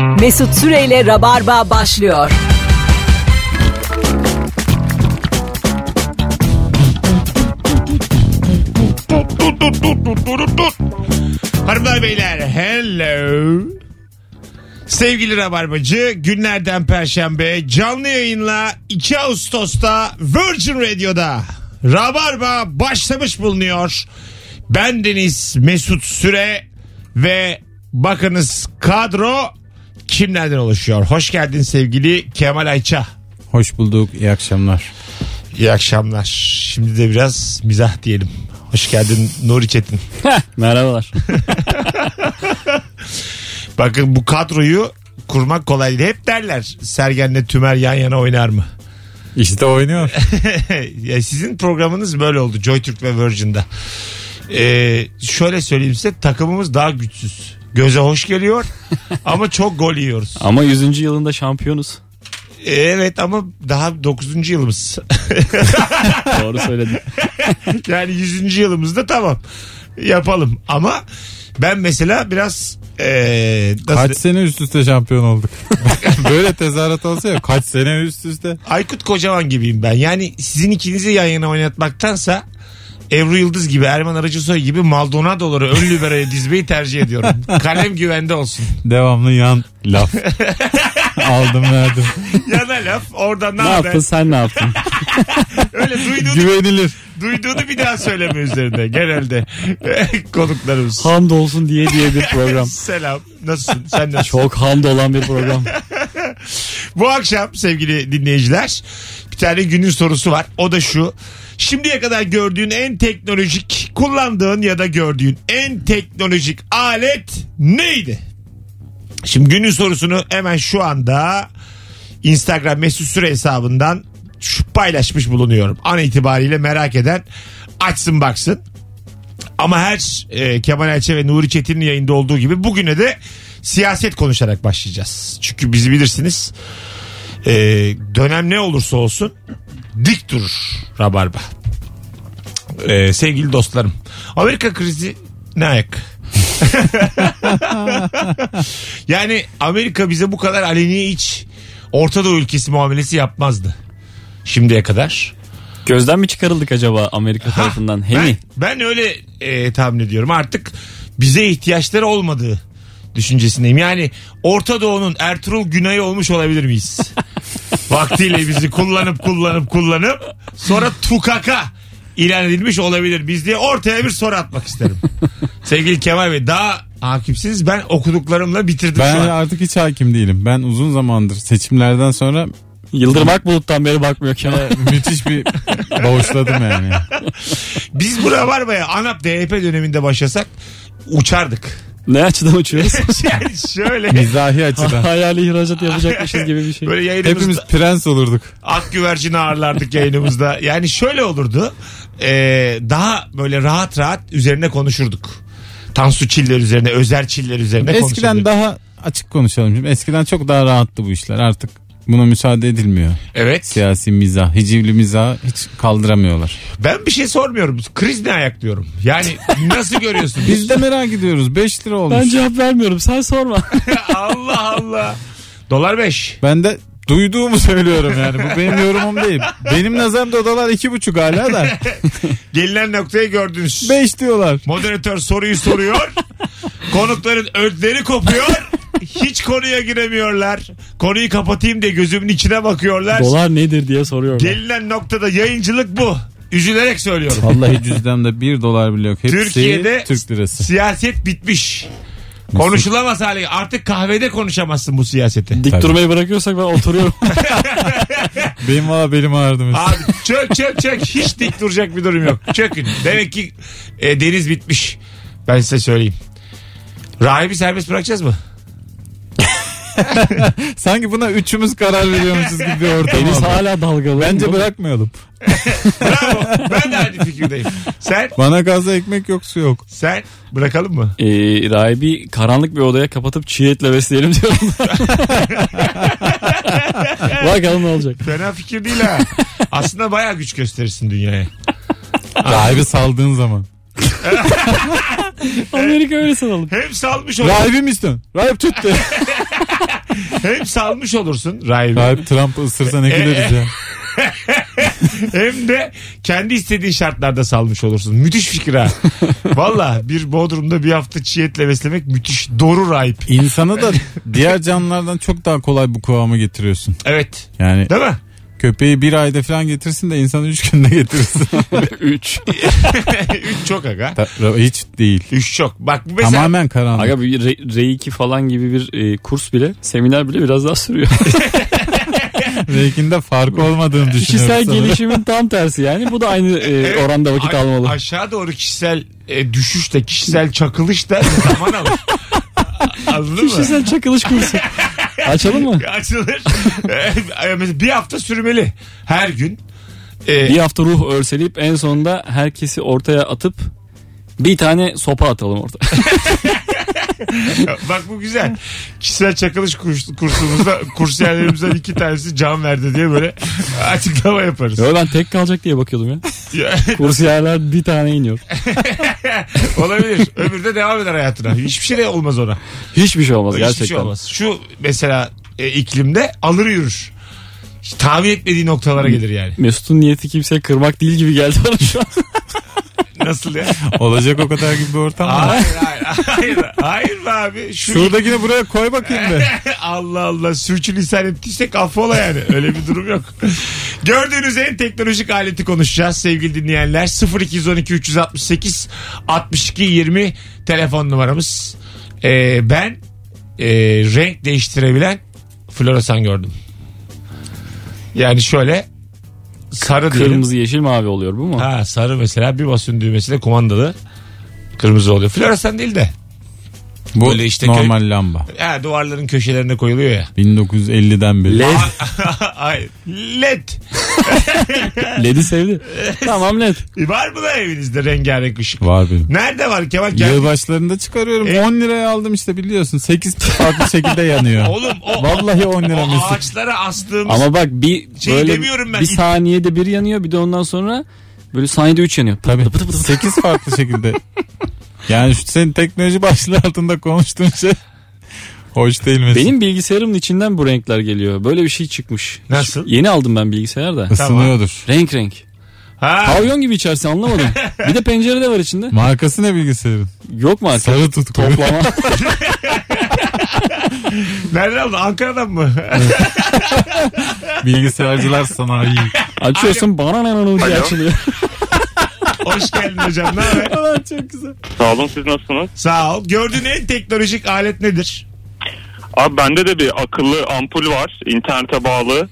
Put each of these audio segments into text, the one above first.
Mesut Süreyle Rabarba başlıyor. Hanımlar beyler, hello. Sevgili Rabarbacı, günlerden Perşembe canlı yayınla 2 Ağustos'ta Virgin Radio'da Rabarba başlamış bulunuyor. Ben Deniz Mesut Süre ve bakınız kadro kimlerden oluşuyor? Hoş geldin sevgili Kemal Ayça. Hoş bulduk, iyi akşamlar. İyi akşamlar. Şimdi de biraz mizah diyelim. Hoş geldin Nuri Çetin. Merhabalar. Bakın bu kadroyu kurmak kolay değil. Hep derler Sergen'le Tümer yan yana oynar mı? İşte oynuyor. Ya sizin programınız böyle oldu JoyTürk ve Virgin'da. Şöyle söyleyeyim size, takımımız daha güçsüz. Göze hoş geliyor ama çok gol yiyoruz. Ama 100. yılında şampiyonuz. Evet ama daha 9. yılımız. Doğru söyledin. Yani 100. yılımızda tamam yapalım ama ben mesela biraz kaç sene üst üste şampiyon olduk. Böyle tezahürat olsa ya, kaç sene üst üste. Aykut Kocaman gibiyim ben. Yani sizin ikinizi yan yana oynatmaktansa Ebru Yıldız gibi, Erman Arıcısoy gibi Maldonado'ları ön libero'ya dizmeyi tercih ediyorum. Kalem güvende olsun. Devamlı yan laf. Aldım verdim. Yana laf, oradan ne yaptın sen, ne yaptın? Öyle güvenilir. Duyduğunu bir daha söyleme üzerinde genelde konuklarımız. Hamdolsun diye bir program. Selam, nasılsın, sen nasılsın? Çok hamdolan bir program. Bu akşam sevgili dinleyiciler bir tane günün sorusu var. O da şu: şimdiye kadar gördüğün en teknolojik, kullandığın ya da gördüğün en teknolojik alet neydi? Şimdi günün sorusunu hemen şu anda Instagram Mesut Süre hesabından paylaşmış bulunuyorum. An itibariyle merak eden açsın baksın. Ama her Kemal Ayça ve Nuri Çetin'in yayında olduğu gibi bugüne de siyaset konuşarak başlayacağız. Çünkü bizi bilirsiniz, dönem ne olursa olsun dik durur Rabarba. Sevgili dostlarım, Amerika krizi ne ayak? Yani Amerika bize bu kadar aleni hiç Orta Doğu ülkesi muamelesi yapmazdı şimdiye kadar. Gözden mi çıkarıldık acaba Amerika tarafından? Ben öyle tahmin ediyorum. Artık bize ihtiyaçları olmadığı düşüncesindeyim. Yani Orta Doğu'nun Ertuğrul Günay'ı olmuş olabilir miyiz? Vaktiyle bizi kullanıp sonra tukaka ilan edilmiş olabilir biz diye ortaya bir soru atmak isterim. Sevgili Kemal Bey, daha hakimsiniz. Ben okuduklarımla bitirdim ben şu an. Ben artık hiç hakim değilim. Ben uzun zamandır seçimlerden sonra Yıldırım Akbulut'tan beri bakmıyor Kemal. Müthiş bir bağışladım yani. Biz bu Rabarba'ya ANAP DYP döneminde başlasak uçardık. Ne açıdan uçuyoruz? Yani şöyle. Mizahi açıdan. Hayali ihracat yapacakmışız gibi bir şey. Böyle yayınımızda hepimiz prens olurduk. Ak güvercini ağırlardık yayınımızda. Yani şöyle olurdu. Daha böyle rahat üzerine konuşurduk. Tansu Çiller üzerine, Özer Çiller üzerine konuşurduk. Eskiden daha açık konuşalım. Şimdi eskiden çok daha rahattı bu işler. Artık buna müsaade edilmiyor. Evet. Siyasi mizah, hicivli mizah hiç kaldıramıyorlar. Ben bir şey sormuyorum. Kriz ne ayak diyorum. Yani nasıl görüyorsunuz? Biz de merak ediyoruz. 5 lira olmuş. Ben cevap vermiyorum. Sen sorma. Allah Allah. Dolar 5. Ben de duyduğumu söylüyorum yani. Bu benim yorumum değil. Benim nazarımda dolar 2,5 hala da. Gelinen noktayı gördünüz. 5 diyorlar. Moderatör soruyu soruyor. Konukların ödleri kopuyor. Hiç konuya giremiyorlar. Konuyu kapatayım diye gözümün içine bakıyorlar. Dolar nedir diye soruyorlar. Gelinen noktada yayıncılık bu. Üzülerek söylüyorum. Vallahi cüzdanımda $1 bile yok. Hepsi Türkiye'de Türk lirası. Siyaset bitmiş. Konuşulamaz hale. Artık kahvede konuşamazsın bu siyaseti. Dik durmayı bırakıyorsak ben oturuyorum. Benim valla belim ağrıdı. Abi çök. Hiç dik duracak bir durum yok. Çökün. Demek ki deniz bitmiş. Ben size söyleyeyim. Rahibi serbest bırakacağız mı? Sanki buna üçümüz karar veriyormuşuz gibi bir ortam. Deniz hala dalgalı. Bence bırakmayalım. Bravo. Ben de aynı fikirdeyim. Sen? Bana gazda ekmek yok, su yok. Sen bırakalım mı? Rahibi karanlık bir odaya kapatıp çiğ etle besleyelim diyorum. Bakalım ne olacak. Fena fikir değil ha. Aslında bayağı güç gösterirsin dünyaya. Rahibi saldığın zaman. Amerika öyle sanalım. Hem salmış olur. Rahibi mi istiyorsun? Rahip tut de. Hem salmış olursun rahibi. Rahip Trump'ı ısırsa ne güleriz ya. Hem de kendi istediğin şartlarda salmış olursun. Müthiş fikir ha. Valla bir Bodrum'da bir hafta çiğ etle beslemek müthiş. Doğru rahip. İnsanı da diğer canlılardan çok daha kolay bu kıvama getiriyorsun. Evet. Yani değil mi? köpeği bir ayda falan getirsin de insanı 3 günde getirsin. 3. 3 çok aga. Hiç değil. 3 çok. Bak mesela. Tamamen karanlık. Aga bir R2 falan gibi bir kurs bile, seminer bile biraz daha sürüyor. Reikinde farkı olmadığını düşünüyorum. Kişisel gelişimin tam tersi yani. Bu da aynı oranda vakit almalı. Aşağı doğru kişisel düşüş de kişisel çakılış da zaman alır. Anladın mı? Kişisel çakılış kursu. Açalım mı? Açılır. Mesela bir hafta sürmeli. Her gün. Bir hafta ruh örseleyip en sonunda herkesi ortaya atıp bir tane sopa atalım ortaya. Bak bu güzel. Kişisel çakılış kursumuzda kursiyerlerimizden 2 tanesi can verdi diye böyle açıklama yaparız. Yo, ben tek kalacak diye bakıyordum ya. Kursiyerler bir tane iniyor. Olabilir. Öbürü de devam eder hayatına. Hiçbir şey de olmaz ona. Hiçbir şey olmaz Hiçbir gerçekten. şey olmaz. Şu mesela iklimde alır yürür. Hiç tahmin etmediği noktalara gelir yani. Mesut'un niyeti kimseyi kırmak değil gibi geldi bana şu an. Nasıl ya? Olacak o kadar gibi bir ortam var. Hayır be abi. Şuradakini buraya koy bakayım be. Allah Allah, sürçülisan ettiysek affola yani. Öyle bir durum yok. Gördüğünüz en teknolojik aleti konuşacağız sevgili dinleyenler. 0212 368 62 20 telefon numaramız. Ben renk değiştirebilen floresan gördüm. Yani şöyle sarı diyelim. Kırmızı, yeşil, mavi oluyor bu mu? Ha, sarı mesela bir basın düğmesiyle kumandalı kırmızı oluyor. Floresan değil de. Bu böyle işte normal lamba. Ha, duvarların köşelerine koyuluyor ya. 1950'den beri. LED. Ay, LED. LED'i sevdi. Tamam LED. Var mı da evinizde rengarenk ışık? Var benim. Nerede var Kemal? Yılbaşlarında çıkarıyorum. 10 liraya aldım işte biliyorsun. 8 farklı şekilde yanıyor. Oğlum Vallahi 10 lira o Mesut. ağaçlara astığımız Ama bak bir böyle demiyorum ben. bir saniyede bir yanıyor, bir de ondan sonra böyle saniyede 3 yanıyor. Tabii 8 farklı şekilde. Yani şu senin teknoloji başlığı altında konuştuğun şey hoş değil mi? Benim bilgisayarımın içinden bu renkler geliyor. Böyle bir şey çıkmış. Nasıl? Yeni aldım ben bilgisayar da. Isınıyordur. Renk renk. Ha. Pavyon gibi içerisi, anlamadım. Bir de pencere de var içinde. Markası ne bilgisayarın? Yok mu artık? Sarı tutku. Toplama. Nereden aldın? Ankara'dan mı? Bilgisayarcılar sanayi. Açıyorsun bana ne diye açılıyor. Hoş geldin hocam. Ne haber? Çok güzel. Sağ olun, siz nasılsınız? Sağ ol. Gördüğün en teknolojik alet nedir? Abi bende de bir akıllı ampul var. İnternete bağlı.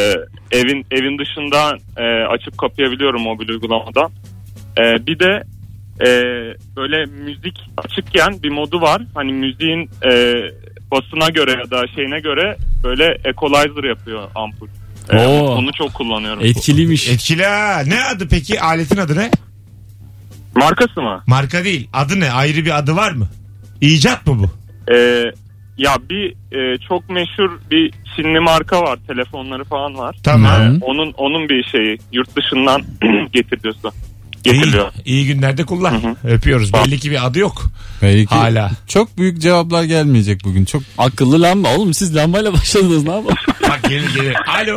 Evin dışında açıp kapayabiliyorum mobil uygulamadan. Bir de böyle müzik açıkken bir modu var. Hani müziğin basına göre ya da şeyine göre böyle equalizer yapıyor ampul. Onu çok kullanıyorum. Etkiliymiş. Etkili ha. Ne adı peki? Aletin adı ne? Markası mı? Marka değil. Adı ne? Ayrı bir adı var mı? İcat mı bu? Ya bir çok meşhur bir Çinli marka var. Telefonları falan var. Tamam. Onun bir şeyi yurt dışından getiriliyor. İyi günlerde kullan. Hı. Öpüyoruz. Belli ki bir adı yok. Belki Hala. çok büyük cevaplar gelmeyecek bugün. Çok Akıllı lamba oğlum, siz lambayla başladınız, ne yapalım? Bak gelir. Alo.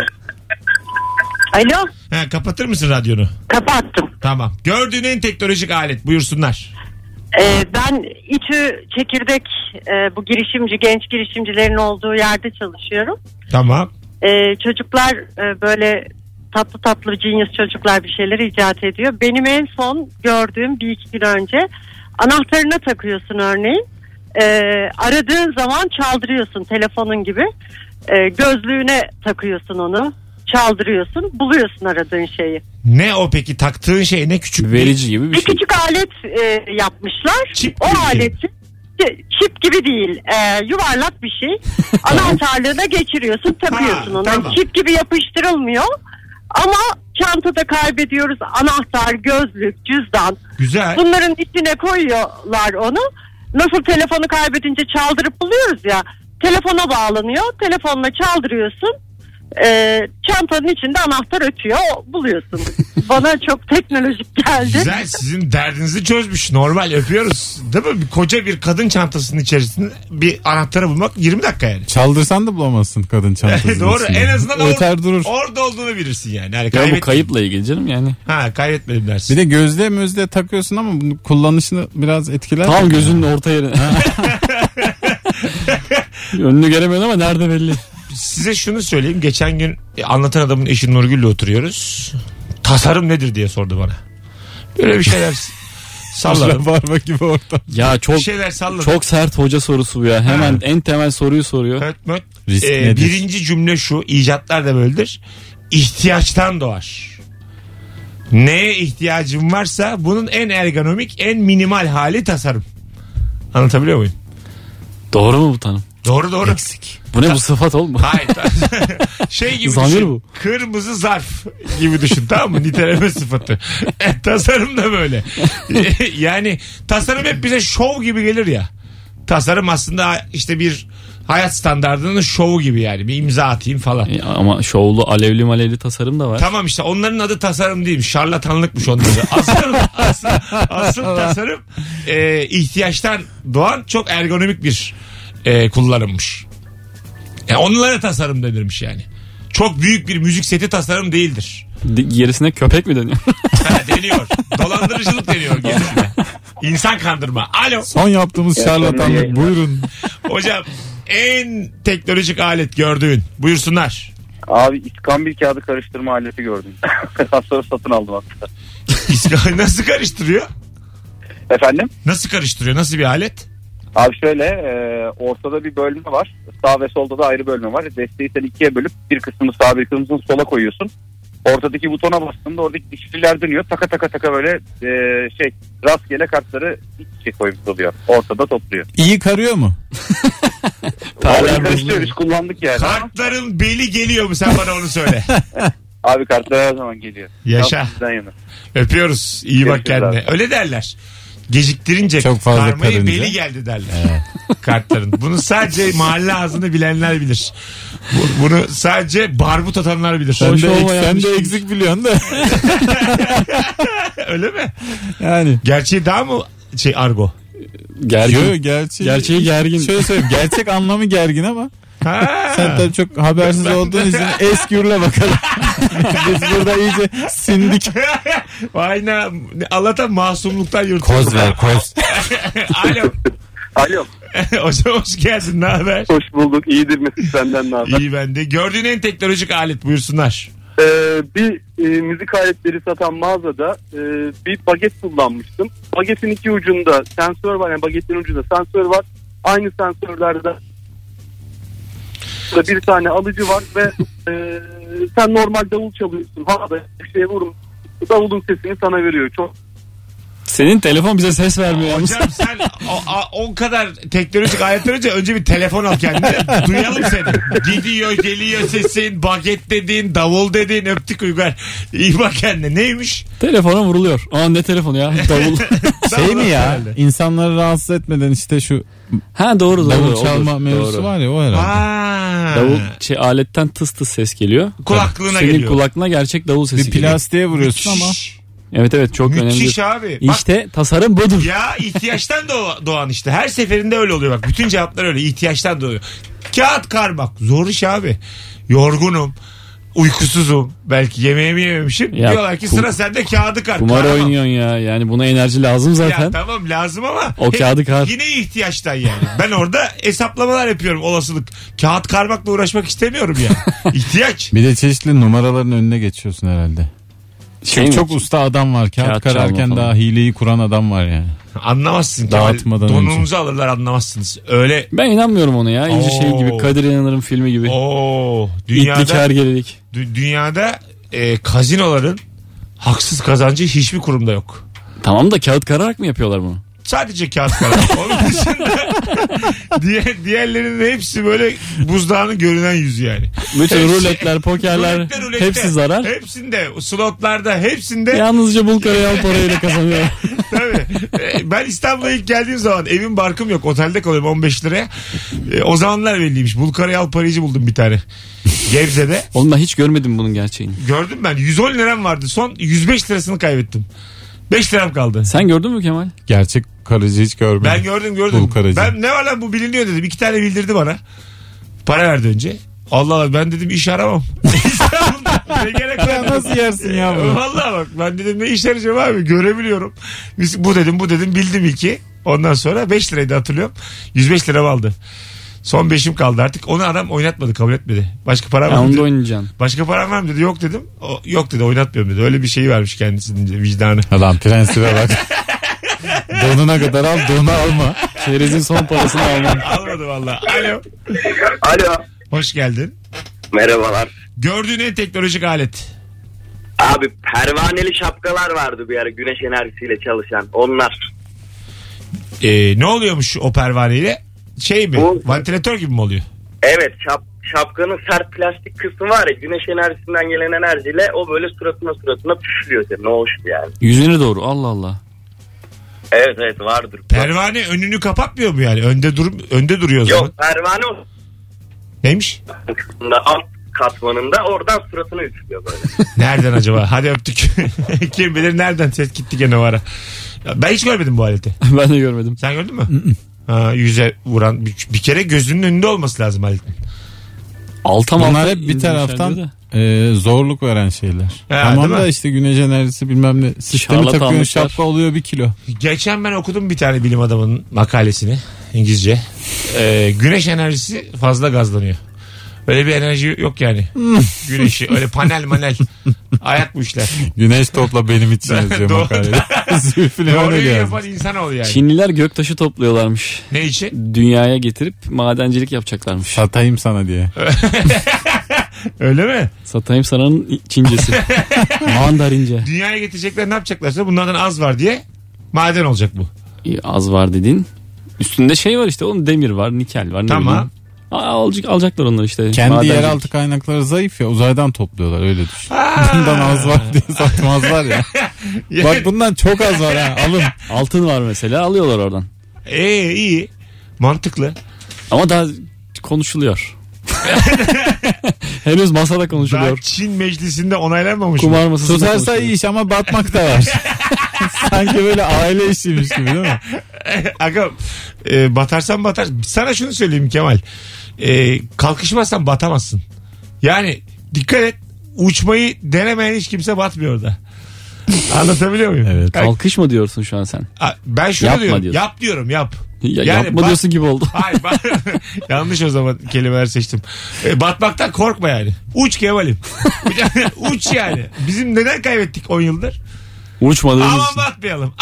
Alo, Ha, kapatır mısın radyonu? kapattım. Tamam. Gördüğün en teknolojik alet. Buyursunlar. Ben İTÜ Çekirdek, bu genç girişimcilerin olduğu yerde çalışıyorum. Tamam. Çocuklar böyle tatlı genius çocuklar bir şeyler icat ediyor. Benim en son gördüğüm 1-2 gün önce, anahtarına takıyorsun örneğin. Aradığın zaman çaldırıyorsun telefonun gibi. Gözlüğüne takıyorsun onu. Çaldırıyorsun, buluyorsun aradığın şeyi. Ne o peki? Taktığın şey ne, küçük Verici gibi bir Bir şey. küçük alet yapmışlar. Çip o gibi. aleti çip gibi değil, yuvarlak bir şey. Anahtarlığına geçiriyorsun, takıyorsun onu. Tamam. Çip gibi yapıştırılmıyor. Ama çantada kaybediyoruz anahtar, gözlük, cüzdan. Güzel. Bunların içine koyuyorlar onu. Nasıl telefonu kaybedince çaldırıp buluyoruz ya. Telefona bağlanıyor. Telefonla çaldırıyorsun. Çantanın içinde anahtar ötüyor, buluyorsun. Bana çok teknolojik geldi. Güzel, sizin derdinizi çözmüş. Normal, öpüyoruz. Değil mi? Koca bir kadın çantasının içerisinde bir anahtarı bulmak 20 dakika yani. Çaldırsan da bulamazsın kadın çantasını. Doğru, en azından öter durur. Orada olduğunu bilirsin yani. Ya bu kayıpla ilgili canım yani. Ha, kaybetmedim dersin. Bir de gözlüğe takıyorsun ama bunun kullanışını biraz etkiler. Tam gözünün orta yeri. Önünü göremiyorsun ama nerede belli. Size şunu söyleyeyim. Geçen gün anlatan adamın eşi Nurgül'le oturuyoruz. Tasarım nedir diye sordu bana. Böyle bir şeyler salladım. Barba gibi ortam. Ya Bir şeyler salladım. çok sert hoca sorusu bu ya. Hemen en temel soruyu soruyor. Hötmöt. Risk nedir? Birinci cümle şu. İcatlar da böyledir. İhtiyaçtan doğar. Neye ihtiyacım varsa bunun en ergonomik, en minimal hali tasarım. Anlatabiliyor muyum? Doğru mu bu tanım? Doğru. Eksik. Bu ne, bu sıfat oğlum? Hayır. Şey gibi Zamir düşün. bu. Kırmızı zarf gibi düşün, tamam mı? Niteleme sıfatı. Tasarım da böyle. Yani tasarım hep bize şov gibi gelir ya. Tasarım aslında işte bir hayat standardının şovu gibi yani. Bir imza atayım falan. Ama şovlu alevli tasarım da var. Tamam işte, onların adı tasarım değilmiş. Şarlatanlıkmış onların. Asıl tasarım ihtiyaçtan doğan çok ergonomik bir kullanılmış. Yani onlara tasarım denirmiş yani. Çok büyük bir müzik seti tasarım değildir. Gerisine köpek mi deniyor? Deniyor. Dolandırıcılık deniyor gerisine. İnsan kandırma. Alo. Son yaptığımız şarlatanlık, buyurun. Hocam, en teknolojik alet gördüğün. Buyursunlar. Abi iskambil kağıdı karıştırma aleti gördüm. Sonra satın aldım hatta. Nasıl karıştırıyor? Efendim? Nasıl karıştırıyor? Nasıl bir alet? Abi şöyle ortada bir bölme var. Sağ ve solda da ayrı bölme var. Desteği sen ikiye bölüp bir kısmını sağa bir kısmını sola koyuyorsun. Ortadaki butona bastığında oradaki dişliler dönüyor. Taka böyle rastgele kartları iç içe koymuş oluyor. Ortada topluyor. İyi karıyor mu? Karıştırıyoruz, kullandık yani. Kartların beli geliyor mu? Sen bana onu söyle. Abi kartlar her zaman geliyor. Yaşa. Öpüyoruz. İyi bak kendine. Abi. Öyle derler. Geciktirince çok fazla karmayı karınca. beli geldi derler. Evet. Kartların. Bunu sadece mahalle ağzını bilenler bilir. Bunu sadece barbut atanlar bilir. Sen de eksik biliyorsun da. Öyle mi? Yani. Gerçeği daha mı argo? Gergin. Gerçeği gergin. Şöyle söyleyeyim, gerçek anlamı gergin ama. Ha. Sen tabii çok habersiz olduğun için eskürle bakalım. Biz burada iyice sindik. Aynen. Allah'tan masumluktan yırtıyoruz. Koz ver koz. Alo. Alo. Hocam hoş geldin. Ne haber? Hoş bulduk. İyidir Mesut, senden ne haber? İyi ben de. Gördüğün en teknolojik alet, buyursunlar. Bir müzik aletleri satan mağazada bir baget kullanmıştım. Bagetin iki ucunda sensör var, yani bagetin ucunda sensör var. Aynı sensörlerde bir tane alıcı var ve sen normal davul çalıyorsun. Havada bir şeye vurun. Davulun sesini sana veriyor. Çok. Senin telefon bize ses vermiyor. Hocam sen o kadar teknolojik aletler önce bir telefon al kendine. Duyalım seni. Gidiyor geliyor sesin, baget dedin, davul dedin, öptük Uygar. İyi bak kendine. Neymiş? Telefona vuruluyor. Aa, ne telefonu ya? Davul. Şey mi ya? İnsanları rahatsız etmeden işte şu doğru. davul çalma mevzusu doğru. var ya, o herhalde. Davul aletten tıs ses geliyor. Kulaklığına Senin geliyor. kulağına gerçek davul sesi Bir geliyor. plastiğe vuruyorsun ama. Evet çok önemli. Müthiş abi. İşte tasarım budur. Ya ihtiyaçtan doğan işte. Her seferinde öyle oluyor bak. Bütün cevaplar öyle. İhtiyaçtan doğuyor. Kağıt karmak. Zor iş abi. Yorgunum. Uykusuzum. Belki yemeğimi yememişim. Ya, diyorlar ki sıra sende, kağıdı kar. Kumar Karamam. oynuyorsun ya. Yani buna enerji lazım zaten. Ya tamam lazım ama o kağıdı kar. yine ihtiyaçtan yani. Ben orada hesaplamalar yapıyorum, olasılık. Kağıt karmakla uğraşmak istemiyorum yani. İhtiyaç. Bir de çeşitli numaraların önüne geçiyorsun herhalde. Çok usta adam var. Kağıt kararken daha hileyi kuran adam var yani. Anlamazsın. Dağıtmadan Donunuzu alırlar, anlamazsınız. Öyle. Ben inanmıyorum ona ya. İyice şey gibi. Kadir İnanır'ın filmi gibi. İtlik hergelelik. Dünyada kazinoların haksız kazancı hiçbir kurumda yok. Tamam da kağıt kararak mı yapıyorlar bunu? Sadece kağıt kararak. Onun dışında diğerlerinin hepsi böyle buzdağının görünen yüzü yani. Bütün ruletler, pokerler rulette, hepsi zarar. Hepsinde, slotlarda hepsinde. Yalnızca Bulkarayal parayla kazanıyor. Tabii. Ben İstanbul'a ilk geldiğim zaman evim barkım yok. Otelde kalıyorum 15 liraya. O zamanlar belliymiş. Bulkarayal parayıcı buldum bir tane. Gebze'de. Oğlum ben hiç görmedim bunun gerçeğini. Gördüm ben. 110 liram vardı. Son 105 lirasını kaybettim. 5 liram kaldı. Sen gördün mü Kemal? Gerçek karıcı hiç görmedim. Ben gördüm. Bul karıcı. Ben ne var lan bu biliniyor dedim. 2 tane bildirdi bana. Para verdi önce. Allah Allah ben dedim iş aramam. Ne gerek var? Nasıl yersin ya bunu? Vallahi bak ben dedim ne iş arayacağım abi görebiliyorum. Bu dedim bildim 2. Ondan sonra 5 liraydı hatırlıyorum. 105 liram aldı. Son 5'im kaldı artık. Onu adam oynatmadı, kabul etmedi. Başka para var mı Onu da dedi. oynayacaksın. Başka param var mı dedi. Yok dedim. Yok dedi, oynatmıyorum dedi. Öyle bir şey vermiş kendisinin vicdanı. Adam prensibe bak. Donuna kadar al, donu alma. Çerezin son parasını almam. Almadı valla. Alo. Alo. Hoş geldin. Merhabalar. Gördüğün en teknolojik alet. Abi pervaneli şapkalar vardı bir ara güneş enerjisiyle çalışan. Onlar. Ne oluyormuş o pervaneyle? Şey mi? Bu- Vantilatör gibi mi oluyor? Evet şapkanın sert plastik kısmı var ya, güneş enerjisinden gelen enerjiyle o böyle suratına püflüyor senin. O hoş yani. Yüzüne doğru. Allah Allah. Evet vardır. Pervane önünü kapatmıyor mu yani? Önde duruyor o zaman. Yok, pervane o Neymiş? kısmında, alt katmanında, oradan suratına üflüyor böyle. Nereden acaba? Hadi öptük. Kim bilir nereden ses gitti gene o ara. Ya ben hiç görmedim bu aleti. Ben de görmedim. Sen gördün mü? Yüze vuran bir kere gözünün önünde olması lazım aletin. Bunlar hep bir taraftan zorluk veren şeyler. Tamam da işte güneş enerjisi bilmem ne sistemi takıyorsun, şapka oluyor 1 kilo. Geçen ben okudum bir tane bilim adamının makalesini İngilizce. Güneş enerjisi fazla gazlanıyor. Öyle bir enerji yok yani. Güneşi öyle panel ayak bu işler. Güneş topla benim için yazıyor makalede. Doğruyu yapan insan ol yani. Çinliler göktaşı topluyorlarmış. Ne için? Dünyaya getirip madencilik yapacaklarmış. Satayım sana diye. Öyle mi? Satayım sananın Çincesi. Mandarince. Dünyaya getirecekler ne yapacaklarsa bunlardan az var diye maden olacak bu. Az var dedin. Üstünde şey var işte, onun demir var, nikel var. Tamam. Alacaklar onları işte. Kendi madencilik. yeraltı kaynakları zayıf ya, uzaydan topluyorlar, öyle düşün. Bundan az var diye satmazlar ya. Bak bundan çok az var ha, alın. Altın var mesela, alıyorlar oradan. İyi. Mantıklı. Ama daha konuşuluyor. Henüz masada konuşuluyor. Daha Çin meclisinde onaylanmamış Kumar mı? masasında Tutarsa konuşuluyor. iyi iş ama batmak da var. Sanki böyle aile işiymiş gibi değil mi? Aga batarsan batar. Sana şunu söyleyeyim Kemal. Kalkışmazsan batamazsın. Yani dikkat et. Uçmayı denemeyen hiç kimse batmıyor orada. Anlatabiliyor muyum? Evet. Kalkış mı diyorsun şu an sen? Ben şunu Yapma diyorum. diyorsun. Yap diyorum yap. Ya, Yani yapma diyorsun gibi oldu. Hayır yanlış o zaman kelimeler seçtim. Batmaktan korkma yani. Uç Kemal'im. Uç yani. Bizim neden kaybettik 10 yıldır? Uçmadığımız Aman için. batmayalım.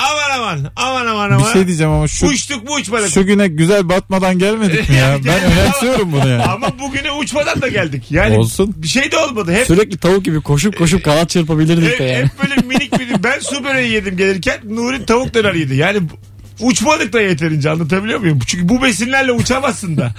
Aman. Bir şey diyeceğim ama Uçtuk mu uçmadık. şu güne güzel batmadan gelmedik mi ya? Ben önemsiyorum bunu ya. Ama bugüne uçmadan da geldik. Yani Olsun. bir şey de olmadı. Hep Sürekli tavuk gibi koşup kanat çırpabilirdik de yani. hep böyle minik. Ben su böreği yedim gelirken Nuri tavuk döner yedi. Yani uçmadık da yeterince, anlatabiliyor muyum? Çünkü bu besinlerle uçamazsın da.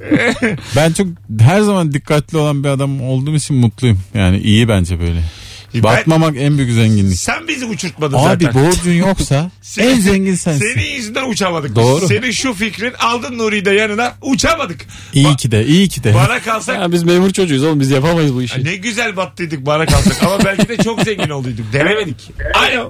Ben çok her zaman dikkatli olan bir adam olduğum için mutluyum. Yani iyi bence böyle. Batmamak en büyük zenginlik. Sen bizi uçurtmadın Abi zaten. borcun yoksa en zengin sensin. Senin yüzünden uçamadık. Doğru. Senin şu fikrin, aldın Nuri'yi de yanına, uçamadık. İyi ki de. Bana kalsak Ya biz memur çocuğuyuz oğlum, biz yapamayız bu işi. ne güzel battıydık bana kalsak ama belki de çok zengin olduyduk. Denemedik. Alo.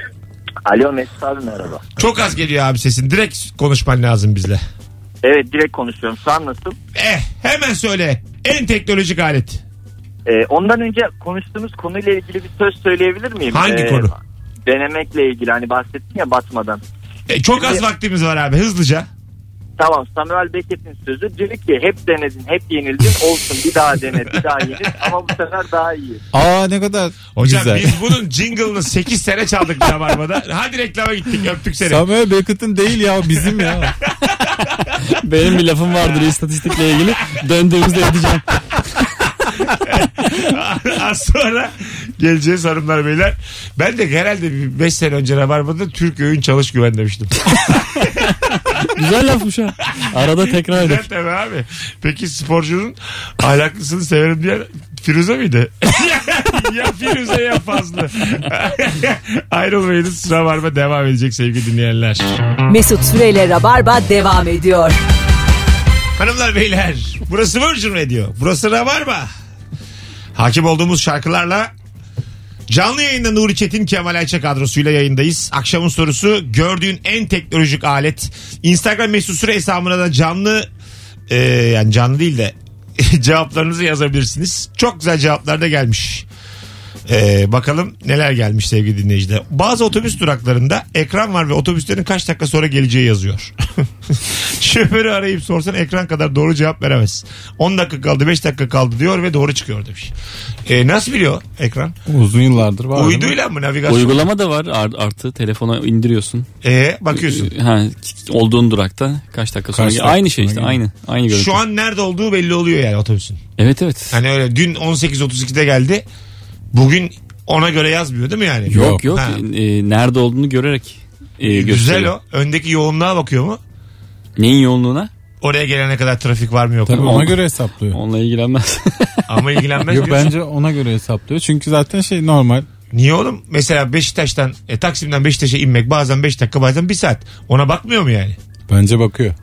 Alo Mesut abi, merhaba. Çok az geliyor abi sesin. Direkt konuşman lazım bizle. Evet, direkt konuşuyorum. Şu an nasıl? Hemen söyle. En teknolojik alet. Ondan önce konuştuğumuz konuyla ilgili bir söz söyleyebilir miyim? Hangi konu? Denemekle ilgili, hani bahsettin ya batmadan. Çok az vaktimiz var abi, hızlıca. Tamam, Samuel Beckett'in sözü diyor ki hep denedin, hep yenildin, olsun bir daha dene, bir daha yenil ama bu sefer daha iyi. Ne kadar Hocam güzel. biz bunun jingle'ını 8 sene çaldık Rabarba'da. Hadi reklama gittik, öptük seni. Samuel Beckett'in değil ya, bizim ya. Benim bir lafım vardır istatistikle ilgili. Döndüğümüzde edeceğim. Az sonra geleceğiz hanımlar beyler. Ben de herhalde 5 sene önce Rabarba'da Türk Öğün Çalış Güven demiştim. Güzel lafmış ha. Arada tekrar Güzel eder. tabii abi. Peki sporcunun ahlaklısını severim diye Firuze miydi? Ya Firuze ya Fazlı. Ayrılmayınız. Rabarba devam edecek sevgili dinleyenler. Mesut Süreyle Rabarba devam ediyor. Hanımlar beyler, burası Virgin Radio. Burası Rabarba. Hakim olduğumuz şarkılarla canlı yayında Nuri Çetin, Kemal Ayça kadrosuyla yayındayız. Akşamın sorusu gördüğün en teknolojik alet. Instagram mesut süre hesabına da canlı yani canlı değil de cevaplarınızı yazabilirsiniz. Çok güzel cevaplar da gelmiş. Bakalım neler gelmiş sevgili dinleyiciler. Bazı otobüs duraklarında ekran var ve otobüslerin kaç dakika sonra geleceği yazıyor. Şoförü arayıp sorsan ekran kadar doğru cevap veremez. 10 dakika kaldı 5 dakika kaldı diyor ve doğru çıkıyor demiş. Nasıl biliyor ekran? Uzun yıllardır var. Uyduyla mı navigasyon? Uygulama da var artı telefona indiriyorsun. Bakıyorsun. Olduğun durakta kaç dakika sonra. Aynı şey işte aynı görüntü. Şu an nerede olduğu belli oluyor yani otobüsün. Evet. Hani öyle dün 18.32'de geldi. Bugün ona göre yazmıyor değil mi yani? Yok. Nerede olduğunu görerek gösteriyor. Güzel o. Öndeki yoğunluğa bakıyor mu? Neyin yoğunluğuna? Oraya gelene kadar trafik var mı yok mu? Tabii ona göre hesaplıyor. Onunla ilgilenmez. Ama ilgilenmez Yok bence ona göre hesaplıyor. Çünkü zaten normal. Niye oğlum? Mesela Beşiktaş'tan Taksim'den Beşiktaş'a inmek bazen 5 dakika bazen 1 saat. Ona bakmıyor mu yani? Bence bakıyor.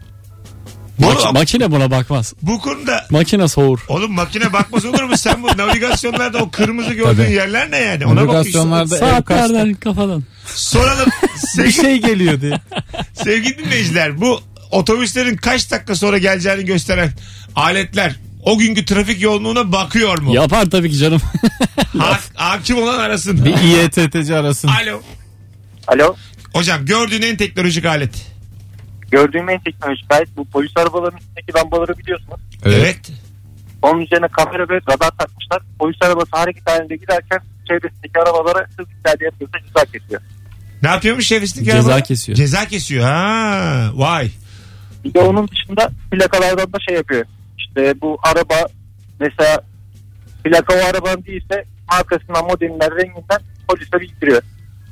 Makine buna bakmaz. Bu konuda makine soğur. Oğlum makine bakmaz olur mu? Sen bu navigasyonlarda o kırmızı gördüğün yerler ne yani? Ona navigasyonlarda saatlerden kafadan. Soralım. Bir şey geliyor diye. Sevgili dinleyiciler, bu otobüslerin kaç dakika sonra geleceğini gösteren aletler o günkü trafik yoğunluğuna bakıyor mu? Yapar tabii ki canım. Hakim olan arasın. Bir İETT'ci arasın. Alo. Hocam gördüğün en teknolojik alet. Gördüğüm en teknolojik alet bu polis arabalarının üstündeki lambaları biliyorsunuz. Evet. Onun üzerine kamera ve radar takmışlar. Polis arabası hareket halinde giderken çevresindeki arabalara hız ihlali yapıyorsa ceza kesiyor. Ne yapıyormuş çevresindeki ceza araba? kesiyor. Ceza kesiyor. Ha, vay. Bir de onun dışında plakalardan da şey yapıyor. İşte bu araba mesela plaka o arabanın değilse markasından, modelinden, renginden polise bildiriyor.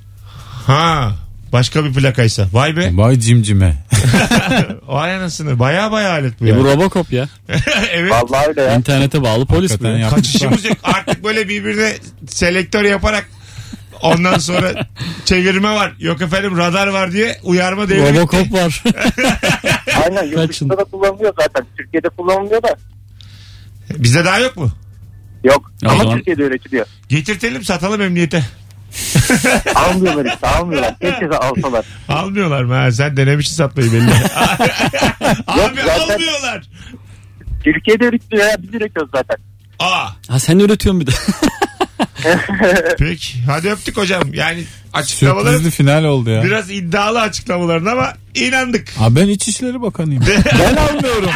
Ha, başka bir plakaysa. Vay be. Vay cimcime. Vay anasını. Baya alet bu ya. Bu Robocop ya. Evet. Vallahi öyle ya. İnternete bağlı polis bu. Kaçışımız yok. Artık böyle birbirine selektör yaparak ondan sonra çevirme var. Yok efendim radar var diye uyarma devri. Robocop var. Aynen yurt dışında da kullanılıyor zaten. Türkiye'de kullanılıyor da. Bizde daha yok mu? Yok. O Ama zaman... Türkiye'de üretiliyor. Getirtelim satalım emniyete. Almıyorlar işte almıyorlar. Herkese alsalar. Almıyorlar mı? Ha, sen denemişsin satmayı belli. Abi zaten... almıyorlar. Türkiye'de üretiliyor ya biz üretiyoruz zaten. Ha sen üretiyorsun bir de. Peki hadi öptük hocam. Yani açıklamalar sürprizli final oldu ya. Biraz iddialı açıklamaların ama inandık. Ben İçişleri Bakanıyım. Ben almıyorum.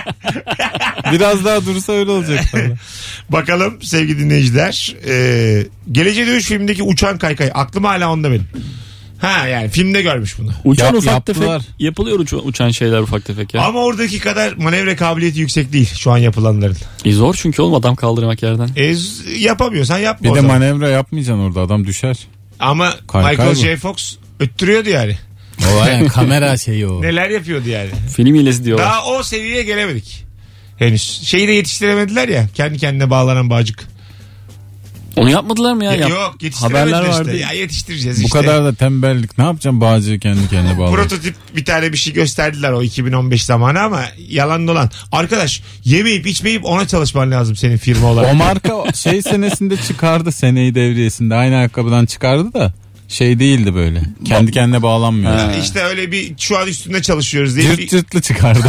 Biraz daha dursa öyle olacak. Bakalım sevgili dinleyiciler. Geleceğe Dönüş filmindeki uçan kaykay. Aklım hala onda benim. Ha yani filmde görmüş bunu. Uçan ufak tefek yapılıyor uçan şeyler ufak tefek ya. Ama oradaki kadar manevra kabiliyeti yüksek değil şu an yapılanların. Zor çünkü oğlum adam kaldırmak yerden. Yapamıyorsan yapma. Bir de manevra yapmayacaksın orada adam düşer. Ama Michael J. Fox öttürüyordu yani. O yani kamera şeyi o. Neler yapıyordu yani. Film hilesi diyorlar. Daha o seviyeye gelemedik. Henüz. Şeyi de yetiştiremediler ya. Kendi kendine bağlanan bağcık. Onu yapmadılar mı ya? Yok yetiştiremediler haberler işte. vardı. Ya yetiştireceğiz bu işte. Bu kadar da tembellik. Ne yapacağım bağcığı kendi kendine bağlayıp. Prototip bir tane bir şey gösterdiler o 2015 zamanı ama yalan dolan. Arkadaş yemeyip içmeyip ona çalışman lazım senin firma olarak. O marka senesinde çıkardı, seneyi devriyesinde. Aynı ayakkabıdan çıkardı da. Şey değildi böyle. Kendi kendine bağlanmıyor. İşte öyle bir şu an üstünde çalışıyoruz diye. Cırt cırtlı çıkardı.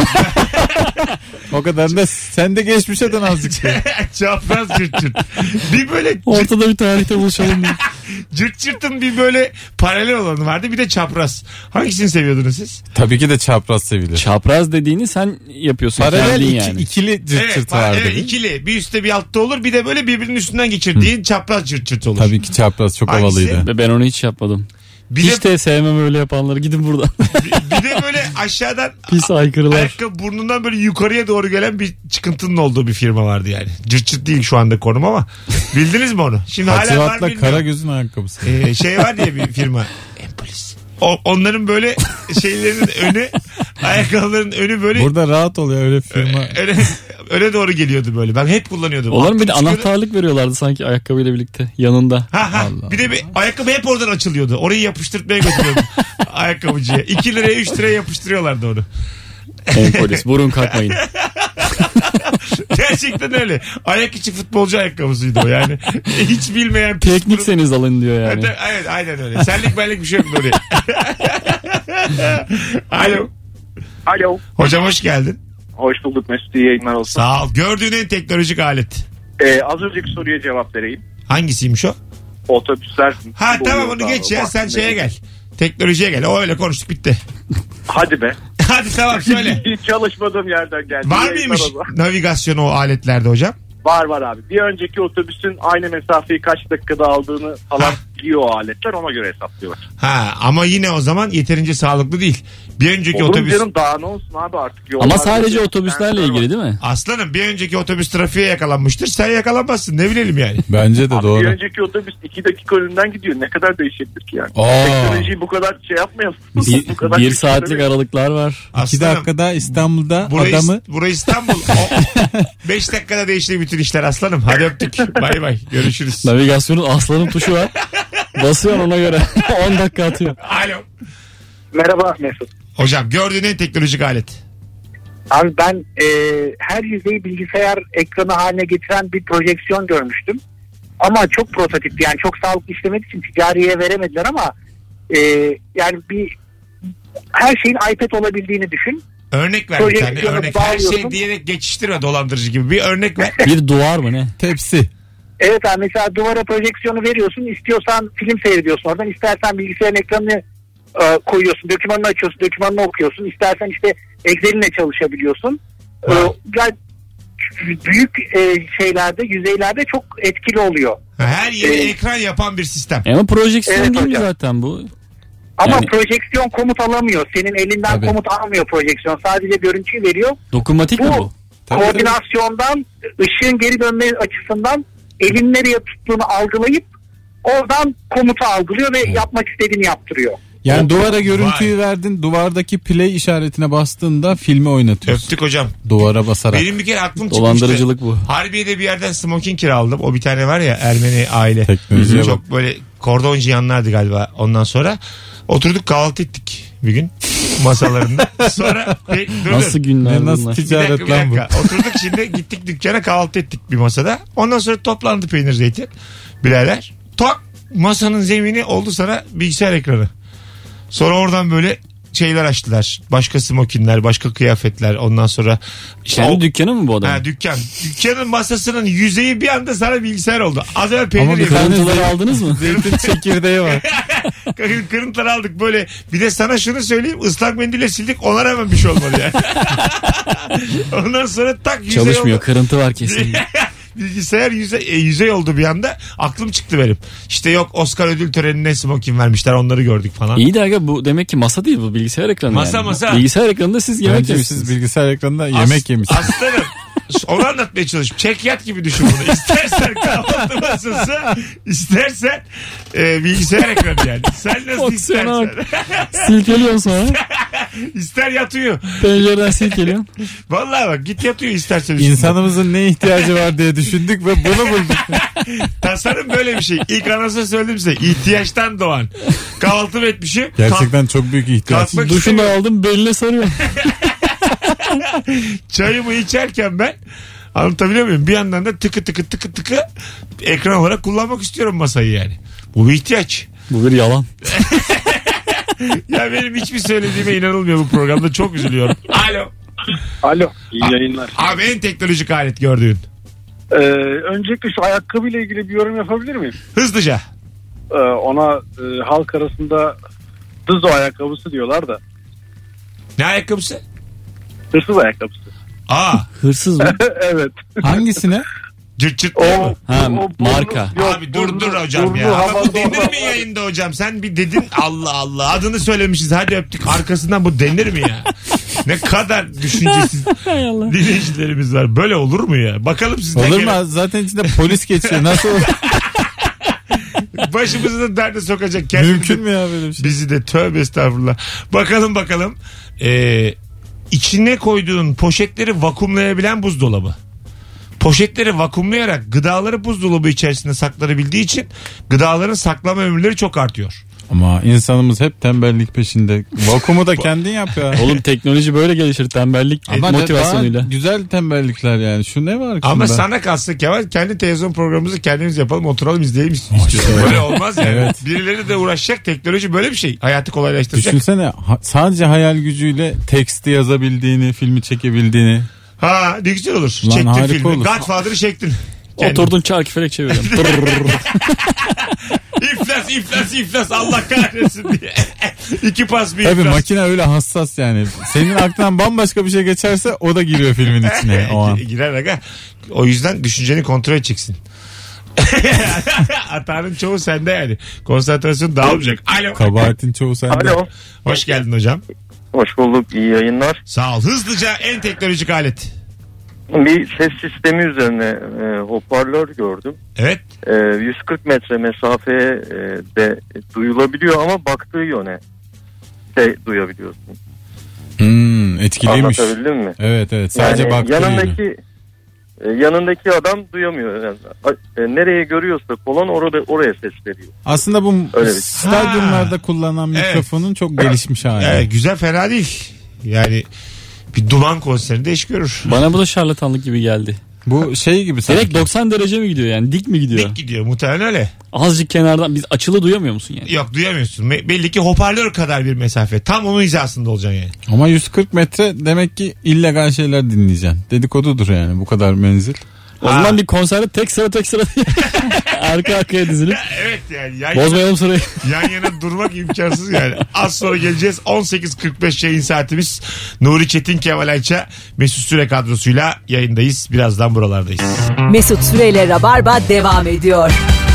O kadar da sen de geçmişeden azıcık şey. Çapraz cırt cırt. Bir böyle ortada bir tarihte buluşalım diye. Cırt cırtın bir böyle paralel olanı vardı bir de çapraz. Hangisini seviyordunuz siz? Tabii ki de çapraz sevilir. Çapraz dediğini sen yapıyorsun. Paralel yani. ikili cırt cırt vardı. Evet ikili. Bir üstte bir altta olur bir de böyle birbirinin üstünden geçirdiğin çapraz cırt cırt olur. Tabii ki çapraz çok havalıydı. Ben onu hiç yapmadım. Hiç de sevmem öyle yapanları. Gidin buradan. Bir de böyle aşağıdan pis aykırılar. Ayakkabı burnundan böyle yukarıya doğru gelen bir çıkıntının olduğu bir firma vardı yani. Cırt cırt değil şu anda konum ama. Bildiniz mi onu? Şimdi hala var bilmiyorum. Karagöz'ün ayakkabısı. Şey var diye bir firma. Empolis. Onların şeylerin önü ayakkabıların önü böyle. Burada rahat oluyor öyle firma. Öne doğru geliyordu böyle. Ben hep kullanıyordum. Onların bir de anahtarlık veriyorlardı sanki ayakkabıyla birlikte yanında. Bir de bir ayakkabı hep oradan açılıyordu. Orayı yapıştırtmaya götürüyordum ayakkabıcıya. 2 liraya 3 liraya yapıştırıyorlardı onu. Polis vurun kalkmayın. Gerçekten öyle. Ayak içi futbolcu ayakkabısıydı o yani. Hiç bilmeyen. Teknikseniz alın diyor yani. Evet aynen öyle. Senlik benlik bir şey yok Nuri. Alo. Alo. Hocam hoş geldin. Hoş bulduk Mesut, iyi yayınlar olsun. Sağ ol. Gördüğün en teknolojik alet. Az önceki soruya cevap vereyim. Hangisiymiş o? Otobüsler. Ha tamam onu geç ya, sen şeye gel. Teknolojiye gel. O öyle konuştuk bitti. Hadi be. Hadi tamam söyle. Hiç çalışmadığım yerden geldi. Var mıymış navigasyonu o aletlerde hocam? Var abi. Bir önceki otobüsün aynı mesafeyi kaç dakikada aldığını falan biliyor o aletler, ona göre hesaplıyorlar. Ha ama yine o zaman yeterince sağlıklı değil. Bir önceki otobüs... canım, daha ne olsun abi artık. Ama sadece otobüslerle ilgili değil mi? Aslanım bir önceki otobüs trafiğe yakalanmıştır. Sen yakalanmazsın, ne bilelim yani. Bence de abi doğru. Bir önceki otobüs 2 dakika önünden gidiyor. Ne kadar değişebilir ki yani? Teknolojiyi bu kadar şey yapmayalım. Bir saatlik aralıklar var. Aslanım, 2 dakikada İstanbul'da adamı... Burası İstanbul. 5 dakikada değişti bütün işler aslanım. Hadi öptük. Bay bay. Görüşürüz. Navigasyonun aslanın tuşu var. Basıyorsun ona göre. 10 dakika atıyor. Alo. Merhaba Mesut. Hocam gördüğün en teknolojik alet. Abi ben her yüzeyi bilgisayar ekranı haline getiren bir projeksiyon görmüştüm. Ama çok prototip, yani çok sağlıklı işlemediği için ticariye veremediler ama yani her şeyin iPad olabildiğini düşün. Örnek ver bir tane. Örnek. Her şey diyerek geçiştirme dolandırıcı gibi. Bir örnek ver. Bir duvar mı ne? Tepsi. Evet abi, mesela duvara projeksiyonu veriyorsun. İstiyorsan film seyrediyorsun oradan. İstersen bilgisayarın ekranını koyuyorsun. Dokümanını açıyorsun. Dokümanını okuyorsun. İstersen işte Excel'inle çalışabiliyorsun. Yani büyük şeylerde, yüzeylerde çok etkili oluyor. Her yeri ekran yapan bir sistem. Ama projeksiyon değil mi zaten bu? Ama projeksiyon komut alamıyor. Senin elinden komut almıyor projeksiyon. Sadece görüntüyü veriyor. Dokunmatik mi bu? Koordinasyondan, ışığın geri dönme açısından elin nereye tuttuğunu algılayıp oradan komutu algılıyor ve yapmak istediğini yaptırıyor. Yani duvara görüntüyü verdin, duvardaki play işaretine bastığında filmi oynatıyorsun. Öptük hocam. Duvara basarak. Benim bir kere aklım çıkmıştı. Dolandırıcılık bu. Harbiye'de bir yerden smoking kiraladım. O bir tane var ya, Ermeni aile. Teknolojiye çok bak. böyle kordoncu yanlardı galiba. Ondan sonra oturduk kahvaltı ettik bir gün masalarında. Sonra nasıl günler nasıl bunlar? ticaret lan bu? Oturduk şimdi, gittik dükkana, kahvaltı ettik bir masada. Ondan sonra toplandı peynir zeytin birader. Tok masanın zemini oldu sana bilgisayar ekranı. Sonra oradan böyle şeyler açtılar. Başka smokinler, başka kıyafetler. Ondan sonra kendi dükkanı mı bu adam? Ha, dükkan. Dükkanın masasının yüzeyi bir anda sana bilgisayar oldu. Az evvel peynir Ama yedim. Kırıntıları aldınız mı? Zeytin çekirdeği var. Kırıntıları aldık böyle. Bir de sana şunu söyleyeyim, ıslak mendille sildik, ona rağmen bir şey olmadı yani. Ondan sonra tak yüzey çalışmıyor oldu. Kırıntı var kesin. Bilgisayar yüzey oldu bir anda. Aklım çıktı benim. İşte yok Oscar ödül törenine smokin vermişler, onları gördük falan. İyi de aga, bu demek ki masa değil, bu bilgisayar ekranı. Masa. Bilgisayar ekranında siz yemek Bence yemişsiniz. siz bilgisayar ekranında yemek yemişsiniz. Aslanım. Onu anlatmaya çalışıyorum. Çekyat gibi düşün bunu. İstersen kahvaltı masası, istersen bilgisayar ekranı yani. Sen nasıl istersen. Silkeliyorsun sonra. İster yatıyor. Pencereden silkeliyorsun. Vallahi bak, git yatıyor istersen. İnsanımızın ne ihtiyacı var diye düşündük ve bunu bulduk. Tasarım böyle bir şey. İlk anasını söyledim size. İhtiyaçtan doğan. Kahvaltı etmişim. Gerçekten çok büyük ihtiyaç. Duşunu da aldım, beline sarıyorum. Çayımı içerken ben, anlatabiliyor muyum? Bir yandan da tıkı ekran olarak kullanmak istiyorum masayı yani. Bu bir ihtiyaç. Bu bir yalan. Ya benim hiçbir söylediğime inanılmıyor bu programda. Çok üzülüyorum. Alo. İyi yayınlar. Abi en teknolojik alet gördüğün. Öncelikle şu ayakkabıyla ilgili bir yorum yapabilir miyim? Hızlıca. Ona halk arasında Dızo ayakkabısı diyorlar da. Ne ayakkabısı? Hırsız ayakkabısı. Hırsız mı? Evet. Hangisine? Cırt o marka. Abi dur hocam ya. Ama bu denir mi yayında hocam? Sen bir dedin, Allah Allah. Adını söylemişiz, hadi öptük. Arkasından bu denir mi ya? Ne kadar düşüncesiz dinleyicilerimiz var. Böyle olur mu ya? Bakalım siz ne olur mu? Zaten içinde polis geçiyor. Nasıl olur? Başımızı da derde sokacak. Mümkün mü ya böyle bir şey? Bizi de, tövbe estağfurullah. Bakalım. İçine koyduğun poşetleri vakumlayabilen buzdolabı. Poşetleri vakumlayarak gıdaları buzdolabı içerisinde saklanabildiği için gıdaların saklama ömürleri çok artıyor. Ama insanımız hep tembellik peşinde. Vakumu da kendin yap ya. Oğlum teknoloji böyle gelişir, tembellik ama motivasyonuyla. Güzel tembellikler yani. Şu ne var ki? Ama bunda? sana kalsın Kemal, kendi televizyon programımızı kendimiz yapalım, oturalım, izleyelim istiyorsun. Böyle olmaz yani. Evet. Birileri de uğraşacak, teknoloji böyle bir şey. Hayatı kolaylaştıracak. Düşünsene sadece hayal gücüyle teksti yazabildiğini, filmi çekebildiğini. Ha ne güzel olur. Lan çektin filmi. olur. Godfather'ı çektin. Oturdun çarkı felek çeviriyorum. İflas Allah kahretsin diye. 2 pas bir iflas. Tabii makine öyle hassas yani. Senin aklından bambaşka bir şey geçerse o da giriyor filmin içine o an. Girer aga. O yüzden düşünceni kontrol edeceksin. Hatanın çoğu sende yani. Konsantrasyon dağılmayacak. Alo. Kabahatin çoğu sende. Alo. Hoş geldin hocam. Hoş bulduk. İyi yayınlar. Sağ ol. Hızlıca en teknolojik alet. Bir ses sistemi üzerine hoparlör gördüm. Evet. 140 metre mesafeye de duyulabiliyor ama baktığı yöne de duyabiliyorsun. Etkiliymiş. Anlatabildim mi? Evet sadece yani baktığı yanındaki adam duyamıyor. Yani, nereye görüyorsa kolon oraya ses veriyor. Aslında bu stadyumlarda kullanılan mikrofonun çok gelişmiş hali. Evet, güzel, fena değil. Yani bir duman konserinde iş görür. Bana bu da şarlatanlık gibi geldi. Bu şey gibi sanki. Direkt 90 derece mi gidiyor yani? Dik mi gidiyor? Dik gidiyor muhtemelen öyle. Azıcık kenardan biz açılı duyamıyor musun yani? Yok duyamıyorsun. Belli ki hoparlör kadar bir mesafe. Tam onun hizasında olacaksın yani. Ama 140 metre demek ki illegal şeyler dinleyeceksin. Dedikodudur yani bu kadar menzil. O zaman bir konserde tek sıra arka arkaya dizilip. Evet yani. Bozmayalım sırayı. Yan yana durmak imkansız yani. Az sonra geleceğiz. 18.45 yayın saatimiz. Nuri Çetin, Kemal Ayça, Mesut Süre kadrosuyla yayındayız. Birazdan buralardayız. Mesut Süre ile Rabarba devam ediyor.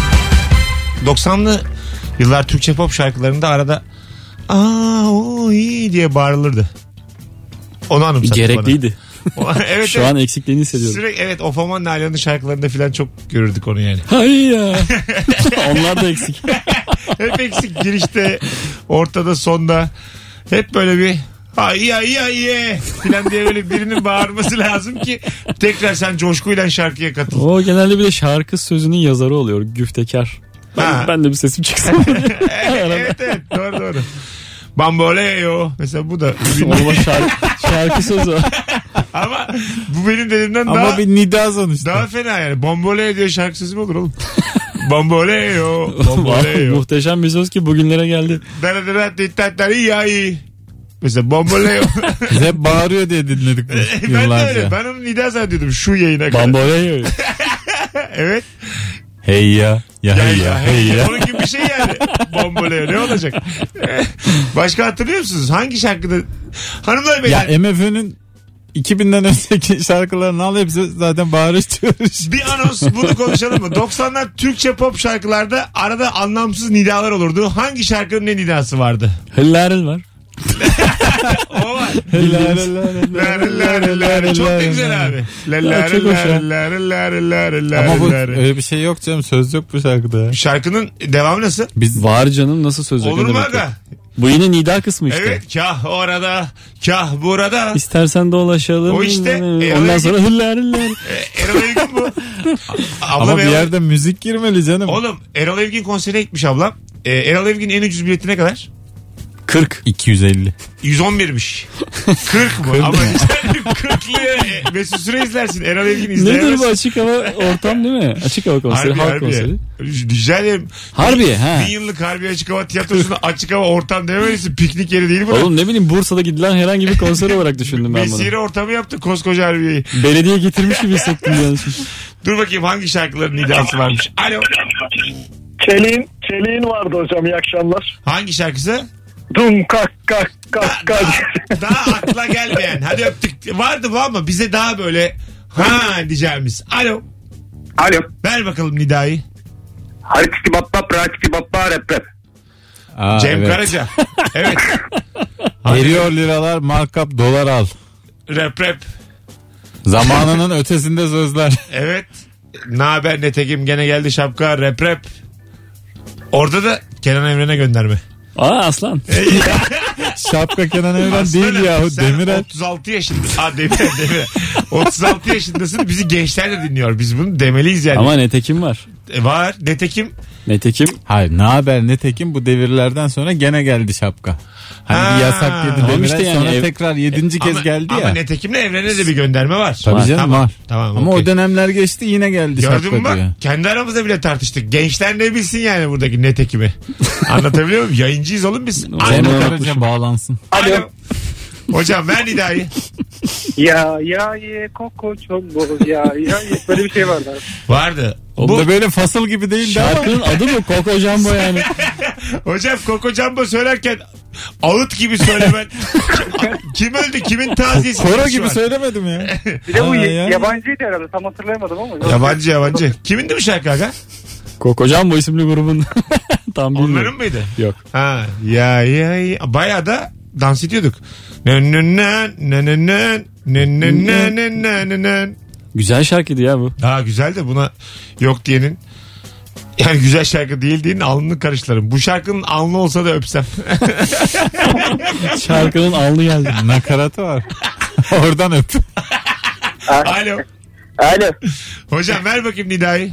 90'lı yıllar Türkçe pop şarkılarında arada o iyi diye bağırılırdı. Onu anımsattı gerekliydi. Evet, şu an eksikliğini hissediyorum. Sürekli evet, Ofaman Nalan'ın şarkılarında falan çok görürdük onu yani. Hayır ya. Onlar da eksik. Hep eksik, girişte, ortada, sonda. Hep böyle bir ay falan diye böyle birinin bağırması lazım ki tekrar sen coşkuyla şarkıya katıl. O genelde bir de şarkı sözünün yazarı oluyor. Güftekar. Ben de bir sesim çıksın. evet doğru. Bamboleo. Mesela bu da. şarkı sözü. Ama bu benim dediğimden ama daha. Ama bir nida sonuçta. Daha fena yani. Bamboleo diye şarkı sözü mü olur oğlum? Bamboleo. Muhteşem bir söz ki bugünlere geldi. Mesela Bamboleo. Biz hep bağırıyor diye dinledik bu yıllarca. Ben de öyle. Ben onun nida zannediyordum şu yayına kadar. Bamboleo. Evet. Hey ya hey ya. Onun gibi bir şey yani. Bamboleo ne olacak? Başka hatırlıyor musunuz? Hangi şarkıda? Hanımlar beyler. Ya MFÖ'nün 2000'den önceki şarkılarını al, hepsi zaten bağırıştırıyor. Bir anons, bunu konuşalım mı? 90'lar Türkçe pop şarkılarda arada anlamsız nidalar olurdu. Hangi şarkının ne nidası vardı? Hıllarıl var. O var. Çok da güzel abi. Ama bu öyle bir şey yok canım. Söz yok bu şarkıda. Şarkının devamı nasıl? Var canım, nasıl söz yok? Olur mu aga? Bu yine nida kısmı işte. Evet, kah orada kah burada. İstersen dolaşalım. O işte. Ondan sonra hıllar. Erol Evgin bu. Ama bir yerde müzik girmeli canım. Oğlum Erol Evgin konserine gitmiş ablam. Erol Evgin en ucuz bileti ne kadar? 40. 250. 111'miş. 40 mı? Ama 40'lı Mesut Süre izlersin. Erol Evgin izleyemezsin. Nedir bu, açık hava ortam değil mi? Açık hava konseri, halk konseri. Rica ederim. Harbiye ha. 1000 yıllık Harbiye açık hava tiyatrosunda açık hava ortam dememelisin. Piknik yeri değil bu. Oğlum ne bileyim, Bursa'da gidilen herhangi bir konser olarak düşündüm ben bunu. Mesire ortamı yaptı koskoca Harbiye'yi. Belediye getirmiş gibi hissettim yani. Dur bakayım hangi şarkıların nidası varmış. Alo. Çelik'in vardı hocam, iyi akşamlar. Hangi şarkısı? Dum kak kak kak kak. Daha akla gelmeyen. Hadi öptük. Vardı bu ama bize daha böyle diyeceğimiz. Alo. Ver bakalım nidayı. Harçki babba rap rap. Cem Karaca. Evet. Eriyor liralar, markup dolar al. Rap. Zamanının ötesinde sözler. Evet. Naber netekim gene geldi şapka rap. Orada da Kenan Evren'e gönderme. Aslan. Şapka Kenan Evren değil yahu, Demirel. 36 yaşında. Demirel. 36 yaşındasın, bizi gençler de dinliyor. Biz bunu demeliyiz yani. Ama netekim var. Var. Netekim. Hayır, ne haber Netekim, bu devirlerden sonra gene geldi şapka. Hani bir yasak yedi demirler işte sonra yani tekrar 7. kez geldi ya. Ama Netekim'le Evren'e de bir gönderme var. Tabii canım, tamam. var. Tamam, ama okay. o dönemler geçti, yine geldi Gördün şapka mü bak? diyor. Kendi aramızda bile tartıştık. Gençler ne bilsin yani buradaki Netekim'i. Anlatabiliyor muyum? Yayıncıyız oğlum biz. Cem Karaca bağlansın. Alo. Hocam ver nidayı. Ya ye koko çombo ya böyle bir şey vardı. Vardı. O da böyle fasıl gibi değildi ama. Şarkının adı mı Coco Jumbo yani? Hocam Coco Jumbo söylerken ağıt gibi söylemen. Kim öldü? Kimin taziyesi? Koro gibi söylemedim ya. Bir de bu yabancıydı herhalde, tam hatırlayamadım ama. Yabancı. Kimindi bu şarkı aga? Coco Jumbo isimli grubun. Tam bilmiyorum. Onların mıydı? Yok. Ha, ya. Bayağı da dans ediyorduk. Güzel şarkıydı ya bu. Daha güzel de buna yok diyenin, yani güzel şarkı değil diyenin alnını karıştırırım. Bu şarkının alnı olsa da öpsem. Şarkının alnı geldi. Nakaratı var. Oradan öp. Alo. Alo. Hocam ver bakayım nidayı.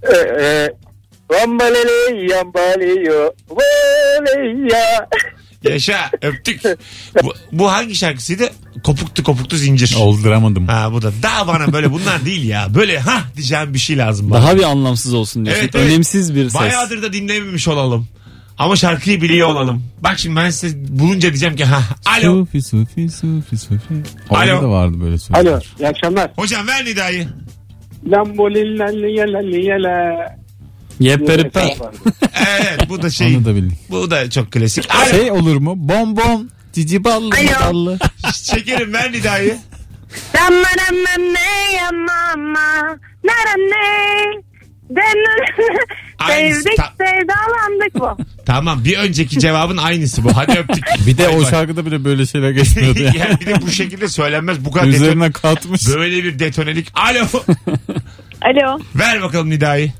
Rambalele yambaliyo ya. Yaşa, öptük. Bu hangi şarkısıydı? Kopuktu zincir. Olduramadım. Ha, bu da. Daha bana böyle bunlar değil ya. Böyle diyeceğim bir şey lazım bana. Daha bir anlamsız olsun diyorsun. Evet. Önemsiz bir ses. Bayağıdır da dinlememiş olalım. Ama şarkıyı biliyor olalım. Bak şimdi ben size bulunca diyeceğim ki alo. Sufi. Alo. Orada da vardı böyle sözler. Alo, iyi akşamlar. Hocam ver nidayı. Lambolillaliyala. Yeperipe. Evet, bu da şey. Onu da bildik. Bu da çok klasik. Alo. Şey olur mu? Bom cici ballı ballı. Şekerim ver nidayı. Sevdik, sevdalandık bu. Tamam, bir önceki cevabın aynısı bu. Hadi öptük. Bir de o şarkıda bile böyle şeyler geçmiyordu ya. Yani bir de bu şekilde söylenmez. Bu kadar üzerine katmış. Böyle bir detonelik. Alo. Alo. Ver bakalım nidayı.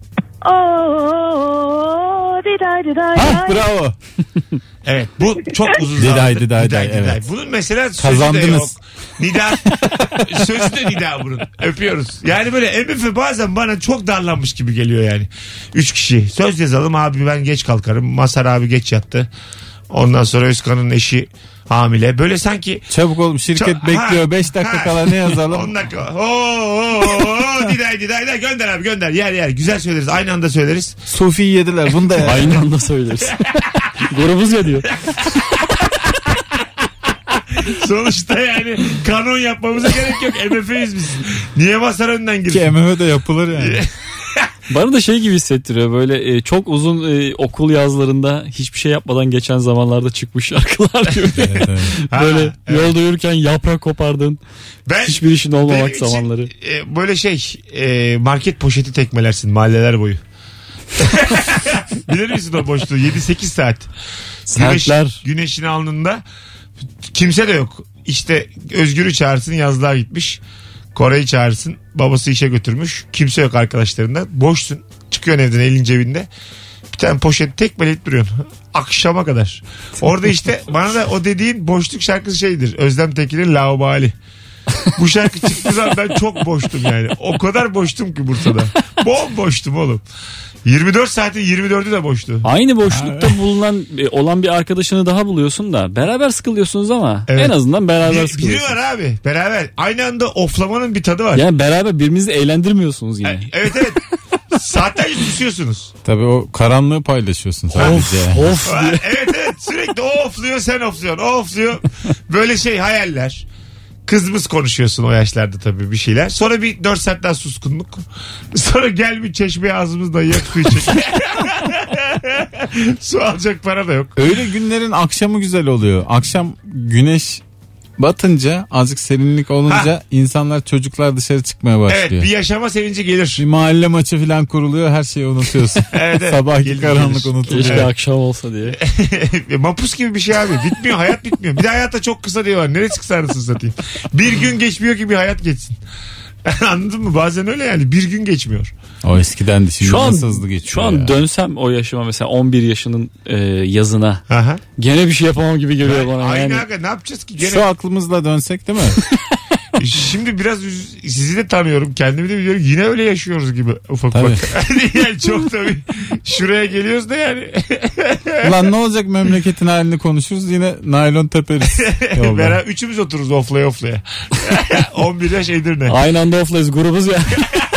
Ah, bravo. Evet, bu çok uzun zaman. Diday, evet. Bunun mesela sözü kazandınız. de yok. Nida. Sözü de nida bunun. Öpüyoruz. Yani böyle MF bazen bana çok darlanmış gibi geliyor yani. 3 kişi. Söz yazalım abi, ben geç kalkarım. Mazhar abi geç yattı. Ondan sonra Özkan'ın eşi hamile. Böyle sanki. Çabuk oğlum, şirket bekliyor. 5 dakika kala ne yazalım? 10 dakika. Diday gönder abi, gönder. Yer. Güzel söyleriz. Aynı anda söyleriz. Sufi'yi yediler. Bunu da aynı anda söyleriz. Grubuz ya diyor. Sonuçta yani kanon yapmamıza gerek yok. MF'yiz biz. Niye Mazhar önden girsin? Ki MF de yapılır yani. Bana da şey gibi hissettiriyor, böyle çok uzun okul yazlarında hiçbir şey yapmadan geçen zamanlarda çıkmış şarkılar gibi. Evet. Böyle yolda yürürken yaprak kopardın. Hiçbir işin olmamak zamanları. Böyle market poşeti tekmelersin mahalleler boyu. Bilir misin o boşluğu? 7-8 saat. Güneşin alnında kimse de yok. İşte Özgür'ü çağırsın, yazlığa gitmiş. Kore'yi çağırsın, babası işe götürmüş. Kimse yok arkadaşlarından. Boşsun. Çıkıyorsun evden, elin cebinde. Bir tane poşet tekmeleyip duruyorsun. Akşama kadar. Orada işte bana da o dediğin boşluk şarkısı şeydir. Özlem Tekin'in Laubali. Bu şarkı çıktığı zaman ben çok boştum yani. O kadar boştum ki Bursa'da. Bomboştum oğlum. 24 saatin 24'ü de boştu. Aynı boşlukta olan bir arkadaşını daha buluyorsun da beraber sıkılıyorsunuz ama en azından beraber sıkılıyorsunuz. Biri var abi, beraber. Aynı anda oflamanın bir tadı var. Yani beraber birbirinizi eğlendirmiyorsunuz yine. Evet. Saatlerce düşüyorsunuz. Tabii o karanlığı paylaşıyorsun sadece. Of. Evet sürekli o ofluyor, sen ofluyorsun. O ofluyor. Böyle hayaller. Kızımız konuşuyorsun o yaşlarda tabii bir şeyler. Sonra bir 4 saat daha suskunluk. Sonra gel bir çeşmeye ağzımızda yak suyu çek. Su alacak para da yok. Öyle günlerin akşamı güzel oluyor. Akşam güneş batınca, azıcık serinlik olunca insanlar, çocuklar dışarı çıkmaya başlıyor. Evet, bir yaşama sevinci gelir. Bir mahalle maçı falan kuruluyor, her şeyi unutuyorsun. Evet. Sabahki karanlık unutuluyor. Keşke akşam olsa diye. Mapus gibi bir şey abi. Bitmiyor, hayat bitmiyor. Bir de hayatta çok kısa diyorlar. Nereye çıksanırsın satayım. Bir gün geçmiyor ki bir hayat geçsin. Anladın mı? Bazen öyle yani. Bir gün geçmiyor. O eskiden de şimdi nasıl hızlı geçiyor. Şu an dönsem o yaşıma, mesela 11 yaşının yazına. gene bir şey yapamam gibi geliyor bana. Aynı yani. aga, ne yapacağız ki? Gene... Şu aklımızla dönsek değil mi? Şimdi biraz sizi de tanıyorum. Kendimi de biliyorum. Yine öyle yaşıyoruz gibi ufak Tabii. ufak. Yani çok tabii. Şuraya geliyoruz da yani. Ulan ne olacak memleketin halini konuşuruz yine naylon teperiz. Beraber üçümüz otururuz oflaya. 11 yaş Edirne. Aynı anda offlayız grubuz ya.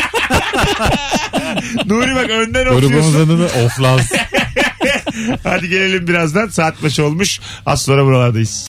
Nuri bak önden Grubumuz ofluyorsun. adı da Oflaz. Hadi gelelim birazdan. Saat başı olmuş. Az sonra buralardayız.